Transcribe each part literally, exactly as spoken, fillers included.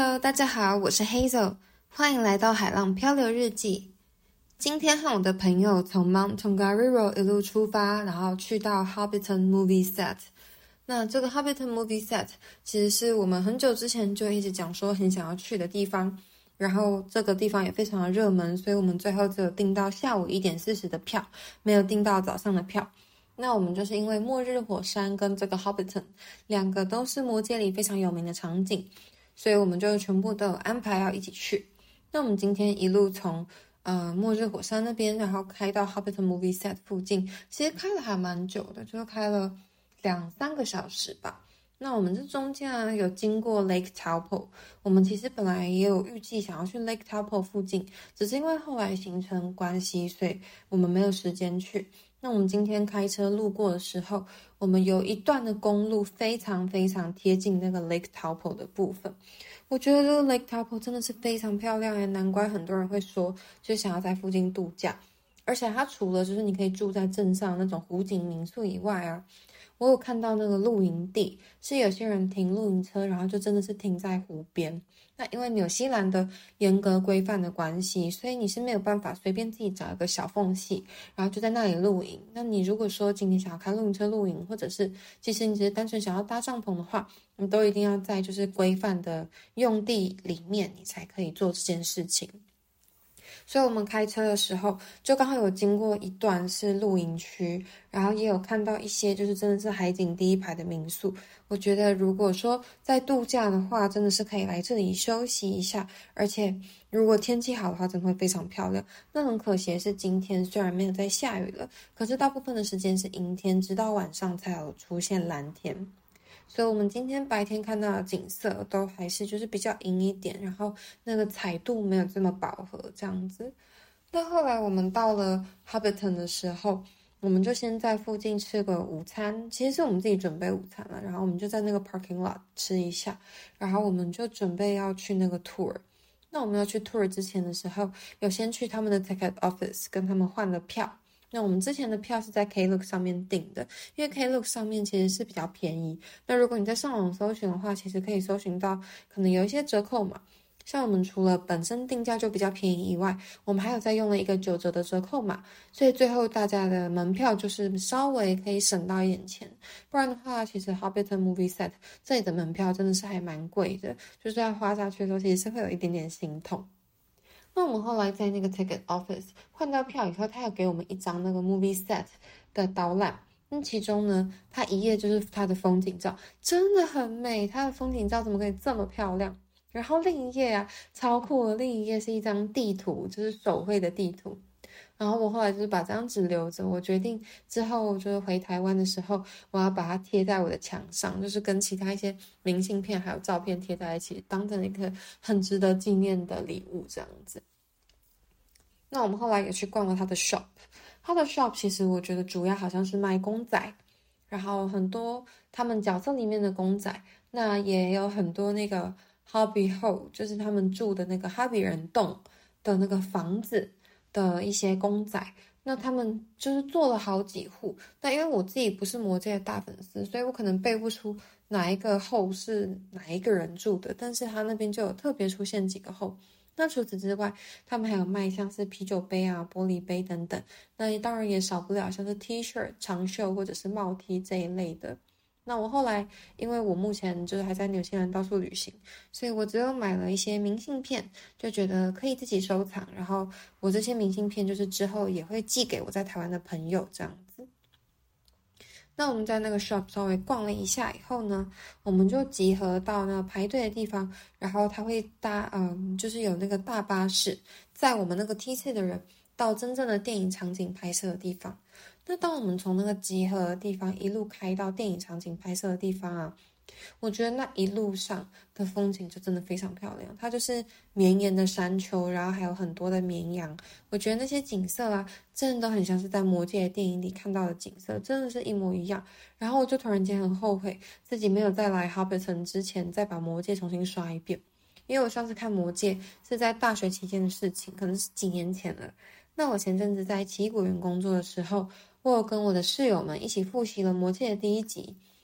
Hello， 大家好，我是 Hazel， 欢迎来到海浪漂流日记。今天和我的朋友从 Mount Tongariro 一路出发，然后去到 Hobbiton Movie Set。那这个 Hobbiton Movie Set 其实是我们很久之前就一直讲说很想要去的地方，然后这个地方也非常的热门，所以我们最后只有订到下午一点四十的票，没有订到早上的票。那我们就是因为末日火山跟这个 Hobbiton 两个都是魔戒里非常有名的场景，所以我们就全部都有安排要一起去。那我们今天一路从呃末日火山那边，然后开到 Hobbiton Movie Set 附近，其实开了还蛮久的，就开了两三个小时吧。那我们这中间啊有经过 Lake Taupo， 我们其实本来也有预计想要去 Lake Taupo 附近，只是因为后来行程关系，所以我们没有时间去。那我们今天开车路过的时候，我们有一段的公路非常非常贴近那个 Lake Taupo 的部分。我觉得这个 Lake Taupo 真的是非常漂亮耶，难怪很多人会说就想要在附近度假。而且它除了就是你可以住在镇上那种湖景民宿以外啊，我有看到那个露营地，是有些人停露营车，然后就真的是停在湖边。那因为纽西兰的严格规范的关系，所以你是没有办法随便自己找一个小缝隙，然后就在那里露营。那你如果说今天想要开露营车露营，或者是其实你只是单纯想要搭帐篷的话，你都一定要在就是规范的用地里面，你才可以做这件事情。所以我们开车的时候就刚好有经过一段是露营区，然后也有看到一些就是真的是海景第一排的民宿。我觉得如果说在度假的话，真的是可以来这里休息一下，而且如果天气好的话真的会非常漂亮。那很可惜的是今天虽然没有在下雨了，可是大部分的时间是阴天，直到晚上才有出现蓝天。所以我们今天白天看到的景色都还是就是比较阴一点，然后那个彩度没有这么饱和这样子。那后来我们到了 Hobbiton 的时候，我们就先在附近吃个午餐，其实是我们自己准备午餐了，然后我们就在那个 parking lot 吃一下，然后我们就准备要去那个 tour。那我们要去 tour 之前的时候，有先去他们的 ticket office 跟他们换了票。那我们之前的票是在 Klook 上面订的，因为 Klook 上面其实是比较便宜。那如果你在上网搜寻的话，其实可以搜寻到可能有一些折扣码。像我们除了本身定价就比较便宜以外，我们还有再用了一个九折的折扣码，所以最后大家的门票就是稍微可以省到一点钱。不然的话，其实 Hobbiton Movie Set 这里的门票真的是还蛮贵的，就是要花下去的时候其实是会有一点点心痛。那我们后来在那个 ticket office 换到票以后，他有给我们一张那个 movie set 的导览。那其中呢，它一页就是它的风景照，真的很美。它的风景照怎么可以这么漂亮？然后另一页啊，超酷的，另一页是一张地图，就是手绘的地图。然后我后来就是把这张纸留着，我决定之后就是回台湾的时候，我要把它贴在我的墙上，就是跟其他一些明信片还有照片贴在一起，当成一个很值得纪念的礼物这样子。那我们后来也去逛了他的 shop， 他的 shop 其实我觉得主要好像是卖公仔，然后很多他们角色里面的公仔，那也有很多那个 hobby hole， 就是他们住的那个哈比人洞的那个房子的一些公仔。那他们就是做了好几户，那因为我自己不是魔戒的大粉丝，所以我可能背不出哪一个后是哪一个人住的，但是他那边就有特别出现几个后。那除此之外，他们还有卖像是啤酒杯啊、玻璃杯等等，那当然也少不了像是 T 恤、长袖或者是帽 T 这一类的。那我后来因为我目前就是还在纽西兰到处旅行，所以我只有买了一些明信片，就觉得可以自己收藏，然后我这些明信片就是之后也会寄给我在台湾的朋友这样子。那我们在那个 shop 稍微逛了一下以后呢，我们就集合到那个排队的地方，然后他会搭嗯，就是有那个大巴士载我们那个梯次的人到真正的电影场景拍摄的地方。那当我们从那个集合的地方一路开到电影场景拍摄的地方啊，我觉得那一路上的风景就真的非常漂亮，它就是绵延的山丘，然后还有很多的绵羊。我觉得那些景色啊，真的都很像是在魔戒的电影里看到的景色，真的是一模一样。然后我就突然间很后悔自己没有在来 Hobbiton 之前再把魔戒重新刷一遍，因为我上次看魔戒是在大学期间的事情，可能是几年前了。那我前阵子在奇异果园工作的时候，我有跟我的室友们一起复习了魔戒的第一集。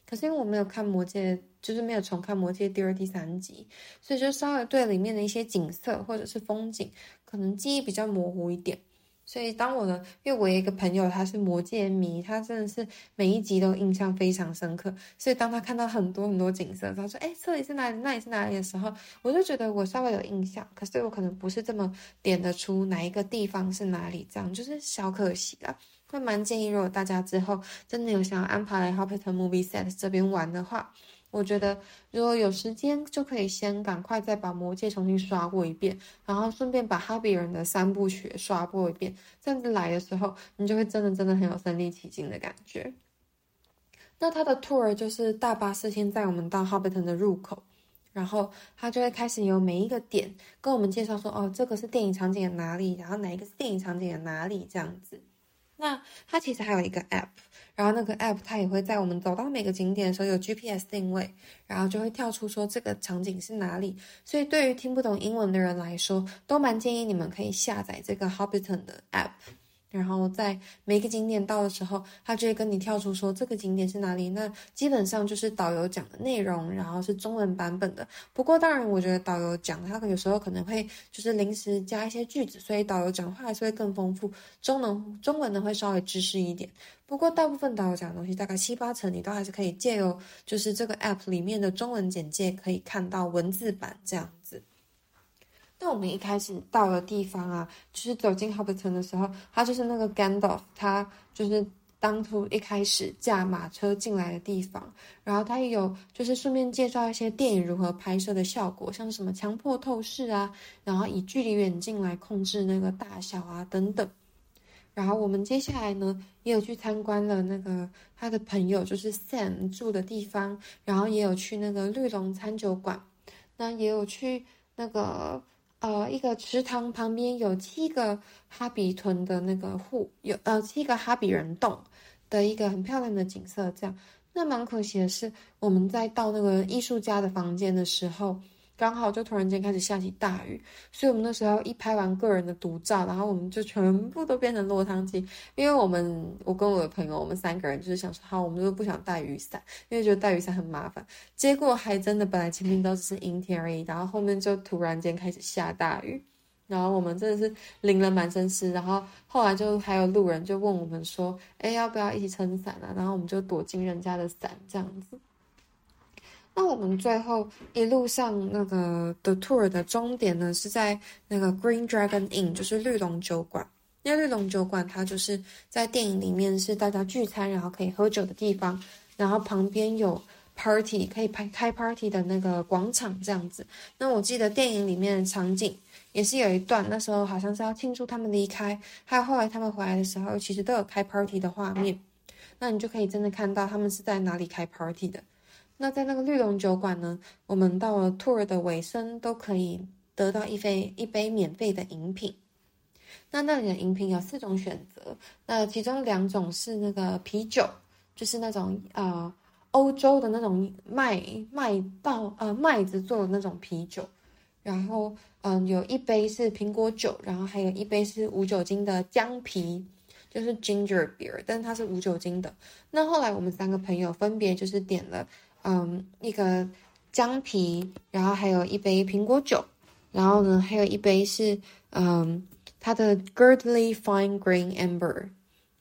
可是因为我没有看魔戒，就是没有重看魔戒第二、第三集，所以就稍微对里面的一些景色或者是风景，可能记忆比较模糊一点。所以当我的，因为我有一个朋友他是魔戒迷，他真的是每一集都印象非常深刻，所以当他看到很多很多景色，他说哎，这里是哪里，那里是哪里的时候，我就觉得我稍微有印象，可是我可能不是这么点得出哪一个地方是哪里，这样就是小可惜啦。会蛮建议，如果大家之后真的有想要安排来 Hobbiton Movie Set 这边玩的话，我觉得如果有时间就可以先赶快再把魔戒重新刷过一遍，然后顺便把哈比人的三部曲刷过一遍，这样子来的时候你就会真的真的很有身临其境的感觉。那他的 tour 就是大巴士先载我们到 Hobbiton 的入口，然后他就会开始有每一个点跟我们介绍说，哦，这个是电影场景的哪里，然后哪一个是电影场景的哪里这样子。那它其实还有一个 app， 然后那个 app 它也会在我们走到每个景点的时候有 G P S 定位，然后就会跳出说这个场景是哪里。所以对于听不懂英文的人来说，都蛮建议你们可以下载这个 Hobbiton 的 app。然后在每一个景点到的时候，他就会跟你跳出说这个景点是哪里。那基本上就是导游讲的内容，然后是中文版本的。不过当然，我觉得导游讲他有时候可能会就是临时加一些句子，所以导游讲话还是会更丰富。中文中文呢会稍微知识一点。不过大部分导游讲的东西，大概七八成你都还是可以借由就是这个 app 里面的中文简介可以看到文字版这样子。那我们一开始到的地方啊，就是走进 Hobbiton 的时候，他就是那个 Gandalf， 他就是当初一开始驾马车进来的地方，然后他也有就是顺便介绍一些电影如何拍摄的效果，像什么强迫透视啊，然后以距离远近来控制那个大小啊等等。然后我们接下来呢，也有去参观了那个他的朋友就是 Sam 住的地方，然后也有去那个绿龙餐酒馆，那也有去那个呃一个池塘旁边有七个哈比屯的那个户，有呃七个哈比人洞的一个很漂亮的景色。这样，那蛮可惜的是，我们在到那个艺术家的房间的时候，刚好就突然间开始下起大雨，所以我们那时候一拍完个人的独照，然后我们就全部都变成落汤鸡。因为我们我跟我的朋友，我们三个人就是想说，好，我们就不想带雨伞，因为觉得带雨伞很麻烦。结果还真的本来前面都只是阴天而已，然后后面就突然间开始下大雨，然后我们真的是淋了满身湿。然后后来就还有路人就问我们说，哎，要不要一起撑伞啊？然后我们就躲进人家的伞这样子。那我们最后一路上那个的 tour 的终点呢，是在那个 Green Dragon Inn， 就是绿龙酒馆。因为绿龙酒馆它就是在电影里面是大家聚餐然后可以喝酒的地方，然后旁边有 party 可以开开 party 的那个广场这样子。那我记得电影里面的场景也是有一段，那时候好像是要庆祝他们离开，还有后来他们回来的时候，其实都有开 party 的画面。那你就可以真的看到他们是在哪里开 party 的。那在那个绿龙酒馆呢，我们到了 tour 的尾声都可以得到一杯一杯免费的饮品。那那里的饮品有四种选择，那其中两种是那个啤酒，就是那种呃欧洲的那种麦麦稻呃麦子做的那种啤酒，然后嗯、呃、有一杯是苹果酒，然后还有一杯是无酒精的姜啤。就是 ginger beer， 但是它是无酒精的。那后来我们三个朋友分别就是点了嗯，一个姜啤，然后还有一杯苹果酒，然后呢，还有一杯是嗯，它的 Girdley Fine Grain Amber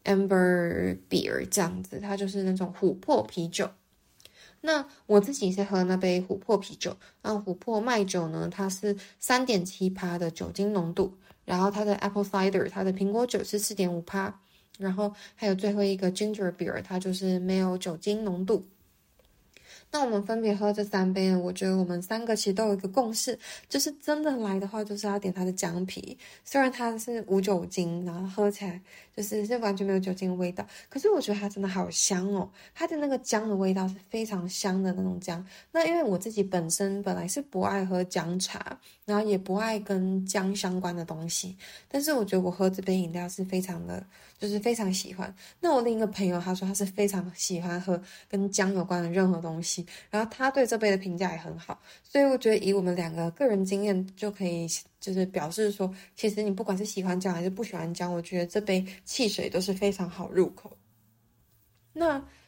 Amber Beer 这样子，它就是那种琥珀啤酒。那我自己是喝那杯琥珀啤酒，那琥珀麦酒呢，它是 三点七趴 的酒精浓度，然后它的 Apple Cider 它的苹果酒是 四点五趴，然后还有最后一个 Ginger Beer 它就是没有酒精浓度。那我们分别喝这三杯呢，我觉得我们三个其实都有一个共识，就是真的来的话就是要点它的姜啤，虽然它是无酒精，然后喝起来就是是完全没有酒精的味道，可是我觉得它真的好香哦，它的那个姜的味道是非常香的那种姜。那因为我自己本身本来是不爱喝姜茶，然后也不爱跟姜相关的东西，但是我觉得我喝这杯饮料是非常的就是非常喜欢。那我另一个朋友他说他是非常喜欢喝跟姜有关的任何东西，然后他对这杯的评价也很好，所以我觉得以我们两个个人经验就可以就是表示说，其实你不管是喜欢姜还是不喜欢姜，我觉得这杯汽水都是非常好入口。那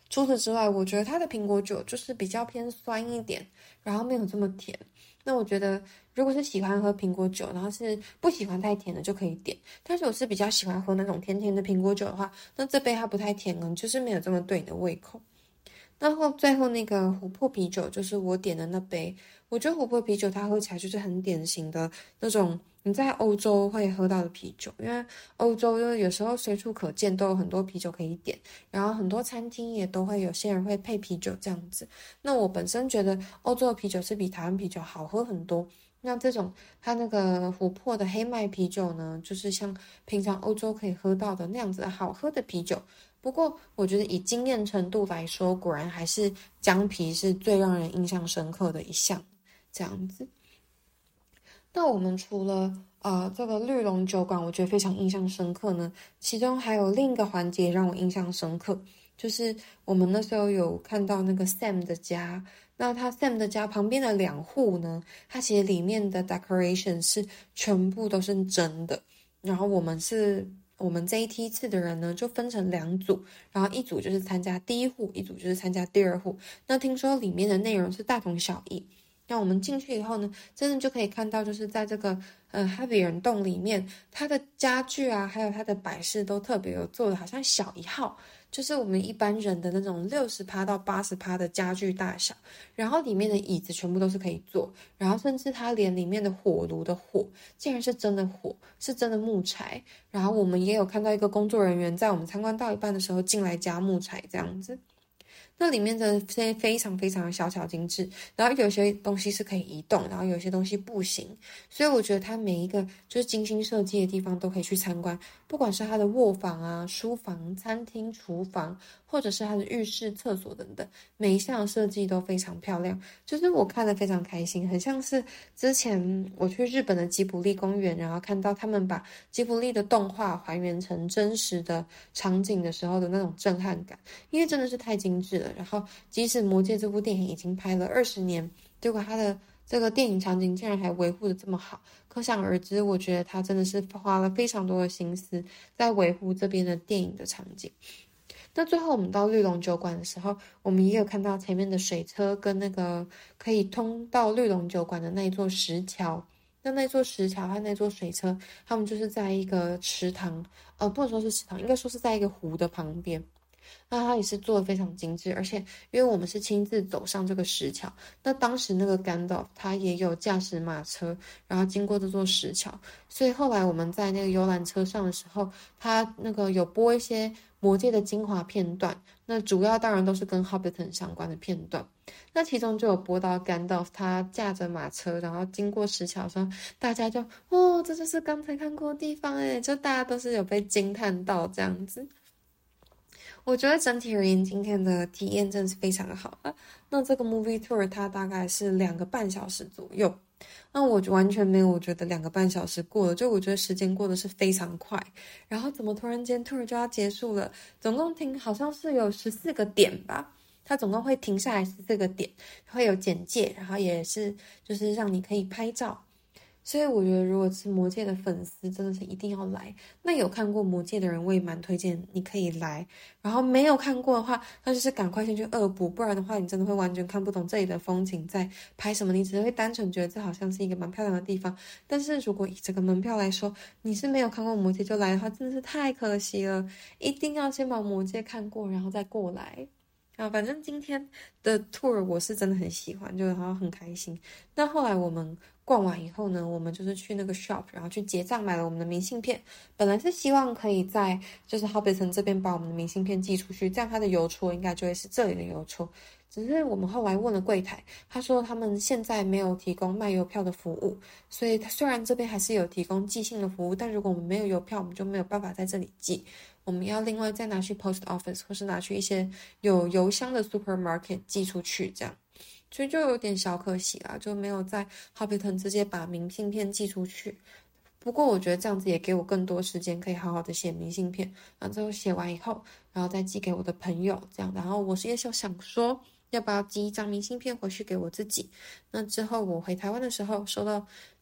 除此之外，我觉得它的苹果酒就是比较偏酸一点，然后没有这么甜。那我觉得如果是喜欢喝苹果酒，然后是不喜欢太甜的就可以点。但是我是比较喜欢喝那种甜甜的苹果酒的话，那这杯它不太甜，可能就是没有这么对你的胃口。然后最后那个琥珀啤酒就是我点的那杯，我觉得琥珀啤酒它喝起来就是很典型的那种你在欧洲会喝到的啤酒，因为欧洲就是有时候随处可见都有很多啤酒可以点，然后很多餐厅也都会有些人会配啤酒这样子。那我本身觉得欧洲的啤酒是比台湾啤酒好喝很多。那这种它那个琥珀的黑麦啤酒呢，就是像平常欧洲可以喝到的那样子的好喝的啤酒。不过我觉得以经验程度来说，果然还是姜啤是最让人印象深刻的一项，这样子。那我们除了呃这个绿龙酒馆，我觉得非常印象深刻呢，其中还有另一个环节让我印象深刻，就是我们那时候有看到那个 Sam 的家，那他 Sam 的家旁边的两户呢，它其实里面的 decoration 是全部都是真的，然后我们是。我们这一梯次的人呢，就分成两组，然后一组就是参加第一户，一组就是参加第二户。那听说里面的内容是大同小异。那我们进去以后呢，真的就可以看到，就是在这个呃哈比人洞里面，它的家具啊，还有它的摆饰都特别有做的，好像小一号，就是我们一般人的那种六十趴到八十趴的家具大小。然后里面的椅子全部都是可以坐，然后甚至它连里面的火炉的火，竟然是真的火，是真的木材。然后我们也有看到一个工作人员在我们参观到一半的时候进来加木材这样子。那里面的非非常非常的小巧精致，然后有些东西是可以移动，然后有些东西不行，所以我觉得它每一个就是精心设计的地方都可以去参观，不管是它的卧房啊、书房、餐厅、厨房，或者是它的浴室、厕所等等，每一项设计都非常漂亮，就是我看得非常开心，很像是之前我去日本的吉卜力公园，然后看到他们把吉卜力的动画还原成真实的场景的时候的那种震撼感，因为真的是太精致了。然后，即使《魔戒》这部电影已经拍了二十年，结果它的这个电影场景竟然还维护的这么好，可想而知，我觉得他真的是花了非常多的心思在维护这边的电影的场景。那最后我们到绿龙酒馆的时候，我们也有看到前面的水车跟那个可以通到绿龙酒馆的那一座石桥。那那座石桥和那座水车，他们就是在一个池塘，呃，不能说是池塘，应该说是在一个湖的旁边。那它也是做的非常精致，而且因为我们是亲自走上这个石桥，那当时那个 Gandalf 他也有驾驶马车，然后经过这座石桥，所以后来我们在那个游览车上的时候，他那个有播一些魔戒的精华片段，那主要当然都是跟 Hobbiton 相关的片段，那其中就有播到 Gandalf 他驾着马车，然后经过石桥上，大家就哦，这就是刚才看过的地方诶，就大家都是有被惊叹到这样子。我觉得整体而言，今天的体验真的是非常的好啊。那这个 movie tour 它大概是两个半小时左右，那我完全没有我觉得两个半小时过了，就我觉得时间过得是非常快。然后怎么突然间 tour 就要结束了？总共停好像是有十四个点吧，它总共会停下来十四个点，会有简介，然后也是就是让你可以拍照。所以我觉得，如果是魔戒的粉丝，真的是一定要来。那有看过魔戒的人，我也蛮推荐你可以来。然后没有看过的话，那就是赶快先去恶补，不然的话，你真的会完全看不懂这里的风景在拍什么。你只会单纯觉得这好像是一个蛮漂亮的地方。但是如果以这个门票来说，你是没有看过魔戒就来的话，真的是太可惜了。一定要先把魔戒看过，然后再过来。啊，反正今天的 tour 我是真的很喜欢，就然后很开心。那后来我们逛完以后呢，我们就是去那个 shop， 然后去结账买了我们的明信片。本来是希望可以在就是 Hobbiton 这边把我们的明信片寄出去，这样它的邮戳应该就会是这里的邮戳。只是我们后来问了柜台，他说他们现在没有提供卖邮票的服务，所以虽然这边还是有提供寄信的服务，但如果我们没有邮票，我们就没有办法在这里寄。我们要另外再拿去 post office 或是拿去一些有邮箱的 supermarket 寄出去，这样，所以就有点小可惜啦，就没有在 Hobbiton 直接把明信片寄出去。不过我觉得这样子也给我更多时间可以好好的写明信片，然后最后写完以后，然后再寄给我的朋友，这样，然后我是也想想说要不要寄一张明信片回去给我自己。那之后我回台湾的时候收到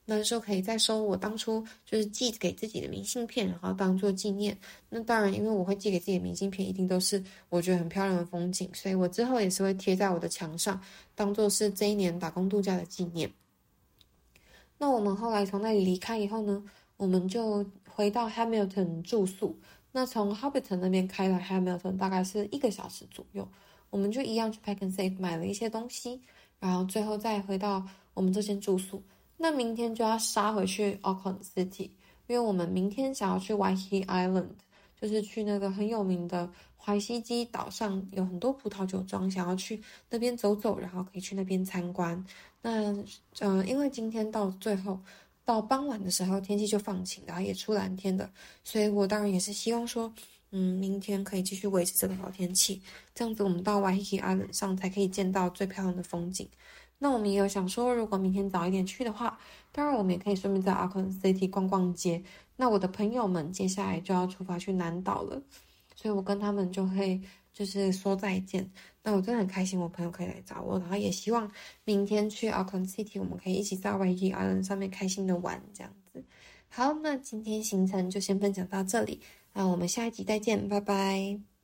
那就可以再收我当初就是寄给自己的明信片，然后当做纪念。那当然，因为我会寄给自己的明信片，一定都是我觉得很漂亮的风景，所以我之后也是会贴在我的墙上，当做是这一年打工度假的纪念。那我们后来从那里离开以后呢，我们就回到 Hamilton 住宿。那从 Hobbiton 那边开到 Hamilton 大概是一个小时左右，我们就一样去 Pack and Save 买了一些东西，然后最后再回到我们这间住宿。那明天就要杀回去 Auckland City， 因为我们明天想要去 Waiheke Island， 就是去那个很有名的怀西基岛上，有很多葡萄酒庄，想要去那边走走，然后可以去那边参观。那呃，因为今天到最后到傍晚的时候天气就放晴，然后也出蓝天的，所以我当然也是希望说，嗯，明天可以继续维持这个好天气，这样子我们到 Waiheke Island 上才可以见到最漂亮的风景。那我们也有想说，如果明天早一点去的话，当然我们也可以顺便在 Auckland City 逛逛街。那我的朋友们接下来就要出发去南岛了，所以我跟他们就会就是说再见。那我真的很开心，我朋友可以来找我，然后也希望明天去 Auckland City， 我们可以一起在 Waiheke Island 上面开心的玩，这样子。好，那今天行程就先分享到这里，那我们下一集再见，拜拜。